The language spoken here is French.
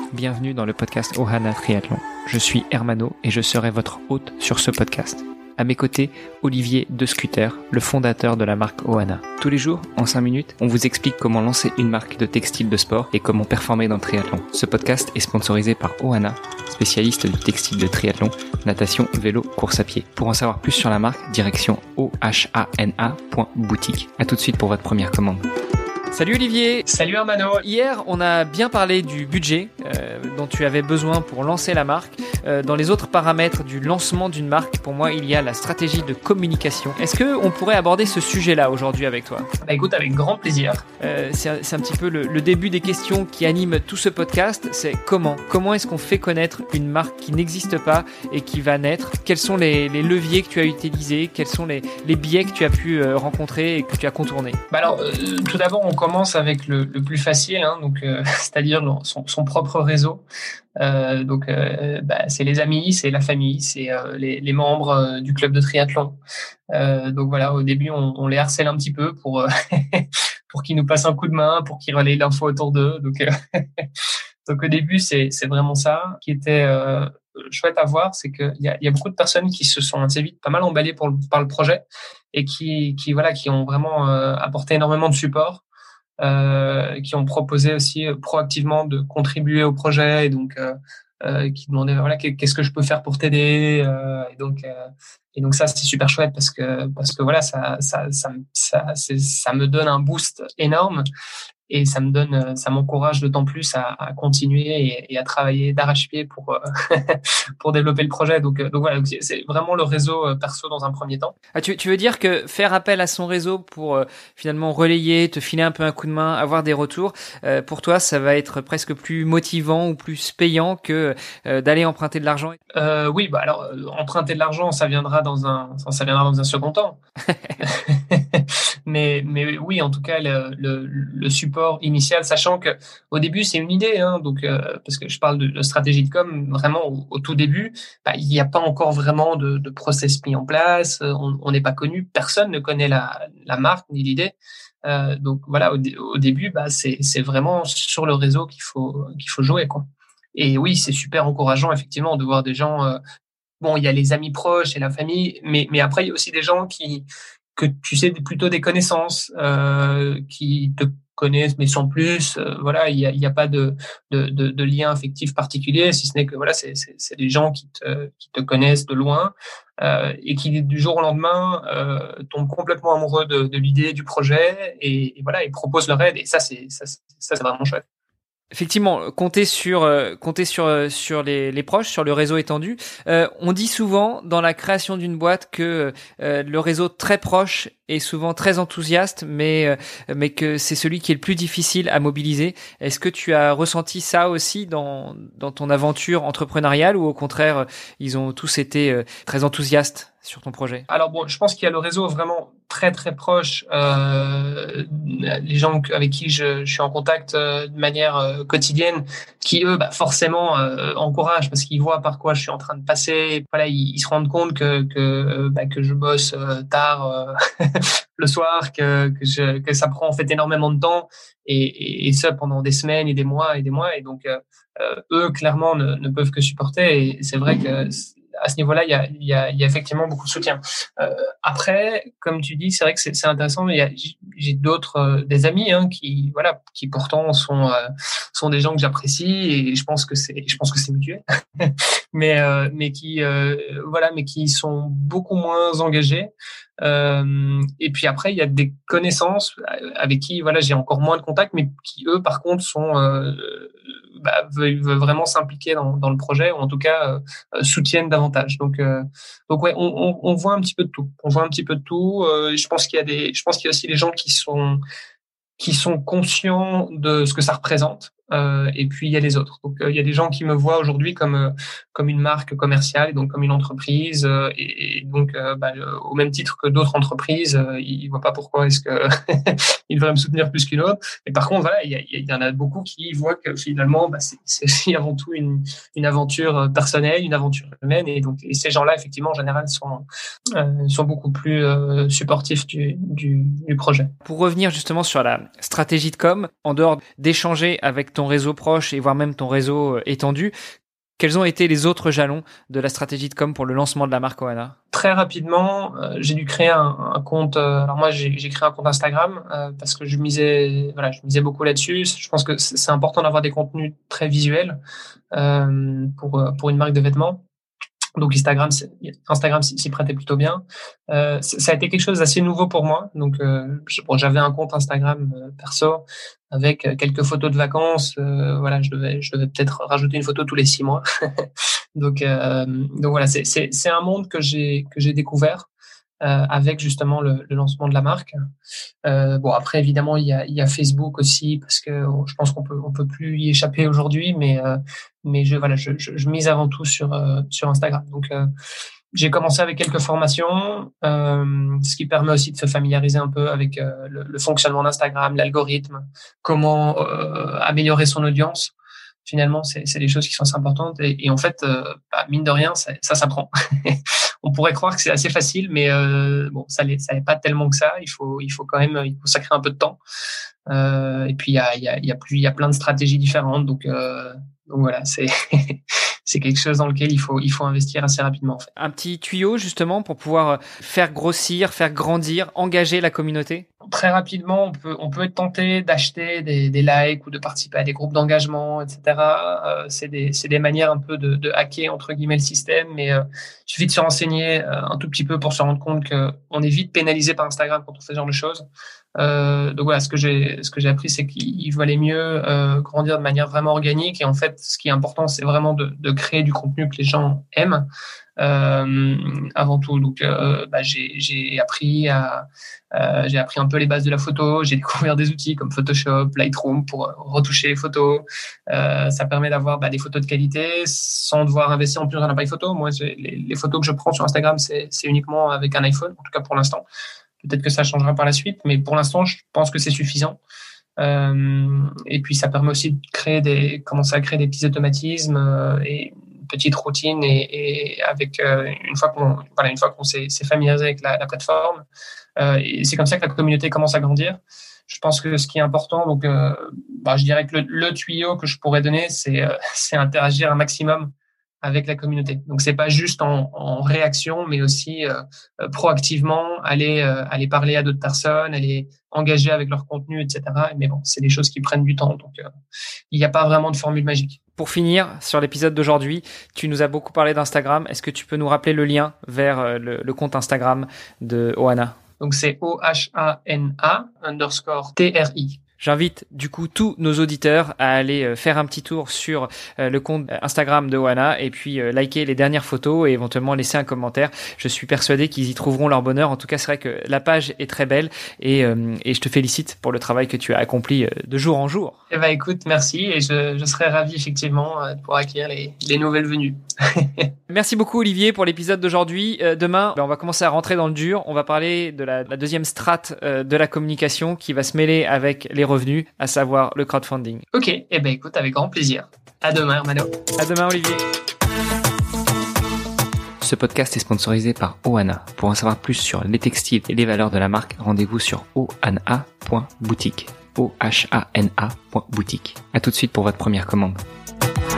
bienvenue dans le podcast Ohana Triathlon. Je suis Hermano et je serai votre hôte sur ce podcast. À mes côtés, Olivier De Scuter, le fondateur de la marque Ohana. Tous les jours, en 5 minutes, on vous explique comment lancer une marque de textile de sport et comment performer dans le triathlon. Ce podcast est sponsorisé par Ohana, spécialiste du textile de triathlon, natation, vélo, course à pied. Pour en savoir plus sur la marque, direction ohana.boutique. À tout de suite pour votre première commande. Salut Olivier. Salut Hermano. Hier, on a bien parlé du budget dont tu avais besoin pour lancer la marque. Dans les autres paramètres du lancement d'une marque, pour moi, il y a la stratégie de communication. Est-ce qu'on pourrait aborder ce sujet-là aujourd'hui avec toi ? Écoute, avec grand plaisir. C'est un petit peu le début des questions qui animent tout ce podcast. C'est comment est-ce qu'on fait connaître une marque qui n'existe pas et qui va naître ? Quels sont les leviers que tu as utilisés ? Quels sont les biais que tu as pu rencontrer et que tu as contournés ? Tout d'abord, on commence avec le plus facile, c'est-à-dire son propre réseau. C'est les amis, c'est la famille, c'est les membres du club de triathlon. Au début, on les harcèle un petit peu pour pour qu'ils nous passent un coup de main, pour qu'ils relayent l'info autour d'eux. Donc au début, c'est vraiment ça qui était chouette à voir, c'est qu'il y a beaucoup de personnes qui se sont assez vite pas mal emballées par le projet et qui ont vraiment apporté énormément de support. Qui ont proposé aussi proactivement de contribuer au projet et donc qui demandaient qu'est-ce que je peux faire pour t'aider et donc ça c'est super chouette parce que ça me donne un boost énorme et ça m'encourage d'autant plus à continuer et à travailler d'arrache-pied pour pour développer le projet. Donc voilà, c'est vraiment le réseau perso dans un premier temps. Ah, tu veux dire que faire appel à son réseau pour finalement relayer, te filer un peu un coup de main, avoir des retours, pour toi ça va être presque plus motivant ou plus payant que d'aller emprunter de l'argent? Emprunter de l'argent, ça viendra dans un second temps. mais oui, en tout cas le support initial, sachant que au début c'est une idée, parce que je parle de stratégie de com vraiment au tout début, il n'y a pas encore vraiment de process mis en place, on n'est pas connu, personne ne connaît la marque ni l'idée. Au début, c'est vraiment sur le réseau qu'il faut jouer, quoi. Et oui, c'est super encourageant effectivement de voir des gens. Il y a les amis proches et la famille, mais après il y a aussi des gens que tu sais plutôt des connaissances qui te connaissent mais sans plus. Il y a pas de lien affectif particulier, si ce n'est que c'est des gens qui te connaissent de loin et qui du jour au lendemain tombent complètement amoureux de l'idée du projet et proposent leur aide, et ça c'est vraiment chouette. Effectivement, compter sur les proches, sur le réseau étendu. On dit souvent dans la création d'une boîte que le réseau très proche est souvent très enthousiaste, mais que c'est celui qui est le plus difficile à mobiliser. Est-ce que tu as ressenti ça aussi dans ton aventure entrepreneuriale, ou au contraire, ils ont tous été très enthousiastes sur ton projet? Alors je pense qu'il y a le réseau vraiment très très proche, les gens avec qui je suis en contact de manière quotidienne, qui eux forcément encouragent parce qu'ils voient par quoi je suis en train de passer. Ils se rendent compte que je bosse tard le soir, que ça prend en fait énormément de temps et ça pendant des semaines et des mois, et donc eux clairement ne peuvent que supporter, et c'est vrai que à ce niveau-là, il y a effectivement beaucoup de soutien. Après, comme tu dis, c'est vrai que c'est intéressant. J'ai d'autres des amis qui pourtant sont des gens que j'apprécie, et je pense que c'est mutuel. mais qui sont beaucoup moins engagés. Et puis après, il y a des connaissances avec qui j'ai encore moins de contacts, mais qui eux par contre sont veulent vraiment s'impliquer dans le projet, ou en tout cas soutiennent davantage. Donc on voit un petit peu de tout. Je pense qu'il y a aussi des gens qui sont conscients de ce que ça représente. Et puis il y a les autres. Donc il y a des gens qui me voient aujourd'hui comme une marque commerciale, et donc comme une entreprise, et donc au même titre que d'autres entreprises, ils voient pas pourquoi est-ce que ils devraient me soutenir plus qu'une autre. Et par contre il y en a beaucoup qui voient que finalement c'est aussi avant tout une aventure personnelle, une aventure humaine, et ces gens-là effectivement en général sont beaucoup plus supportifs du projet. Pour revenir justement sur la stratégie de com, en dehors d'échanger avec ton réseau proche et voire même ton réseau étendu. Quels ont été les autres jalons de la stratégie de com pour le lancement de la marque Ohana? Très rapidement, j'ai dû créer un compte. Alors moi, j'ai créé un compte Instagram parce que je misais beaucoup là-dessus. Je pense que c'est important d'avoir des contenus très visuels pour une marque de vêtements. Donc Instagram s'y prêtait plutôt bien. Ça a été quelque chose d'assez nouveau pour moi. Donc j'avais un compte Instagram perso avec quelques photos de vacances. Je devais peut-être rajouter une photo tous les 6 mois. donc voilà, c'est un monde que j'ai découvert avec justement le lancement de la marque. Après évidemment il y a Facebook aussi parce que je pense qu'on peut plus y échapper aujourd'hui, mais je mise avant tout sur Instagram. Donc j'ai commencé avec quelques formations, ce qui permet aussi de se familiariser un peu avec le fonctionnement d'Instagram, l'algorithme, comment améliorer son audience. Finalement, c'est des choses qui sont assez importantes et en fait, mine de rien, ça s'apprend. On pourrait croire que c'est assez facile, mais ça l'est pas tellement que ça. Il faut quand même y consacrer un peu de temps. Et puis il y a plein de stratégies différentes. Donc voilà, c'est c'est quelque chose dans lequel il faut investir assez rapidement. En fait. Un petit tuyau justement pour pouvoir faire grossir, faire grandir, engager la communauté. Très rapidement, on peut être tenté d'acheter des likes ou de participer à des groupes d'engagement, etc. C'est des manières un peu de hacker entre guillemets le système, mais il suffit de se renseigner un tout petit peu pour se rendre compte que on est vite pénalisé par Instagram quand on fait ce genre de choses. Donc voilà, ce que j'ai appris, c'est qu'il valait mieux grandir de manière vraiment organique. Et en fait, ce qui est important, c'est vraiment de créer du contenu que les gens aiment avant tout. Donc, j'ai appris un peu les bases de la photo. J'ai découvert des outils comme Photoshop, Lightroom pour retoucher les photos. Ça permet d'avoir des photos de qualité sans devoir investir en plus dans un appareil photo. Moi, les photos que je prends sur Instagram, c'est uniquement avec un iPhone, en tout cas pour l'instant. Peut-être que ça changera par la suite, mais pour l'instant, je pense que c'est suffisant. Et puis, ça permet aussi de commencer à créer des petits automatismes et une petite routine. Et avec une fois qu'on s'est familiarisé avec la plateforme, et c'est comme ça que la communauté commence à grandir. Je pense que ce qui est important, donc, je dirais que le tuyau que je pourrais donner, c'est interagir un maximum avec la communauté. Donc c'est pas juste en réaction, mais aussi proactivement aller parler à d'autres personnes, aller engager avec leur contenu, etc. Mais bon, c'est des choses qui prennent du temps, donc il n'y a pas vraiment de formule magique. Pour finir sur l'épisode d'aujourd'hui, tu nous as beaucoup parlé d'Instagram. Est-ce que tu peux nous rappeler le lien vers le compte Instagram de Ohana? Donc c'est OHANA_TRI. J'invite du coup tous nos auditeurs à aller faire un petit tour sur le compte Instagram de Ohana et puis liker les dernières photos et éventuellement laisser un commentaire. Je suis persuadé qu'ils y trouveront leur bonheur. En tout cas, c'est vrai que la page est très belle et je te félicite pour le travail que tu as accompli de jour en jour. Eh ben, écoute, merci et je serais ravi effectivement de pouvoir accueillir les nouvelles venues. Merci beaucoup Olivier pour l'épisode d'aujourd'hui. Demain, on va commencer à rentrer dans le dur. On va parler de la deuxième strate de la communication qui va se mêler avec les revenus, à savoir le crowdfunding. Ok, eh ben écoute, avec grand plaisir. À demain, Hermano. À demain, Olivier. Ce podcast est sponsorisé par Ohana. Pour en savoir plus sur les textiles et les valeurs de la marque, rendez-vous sur ohana.boutique. OHANA.boutique. À tout de suite pour votre première commande.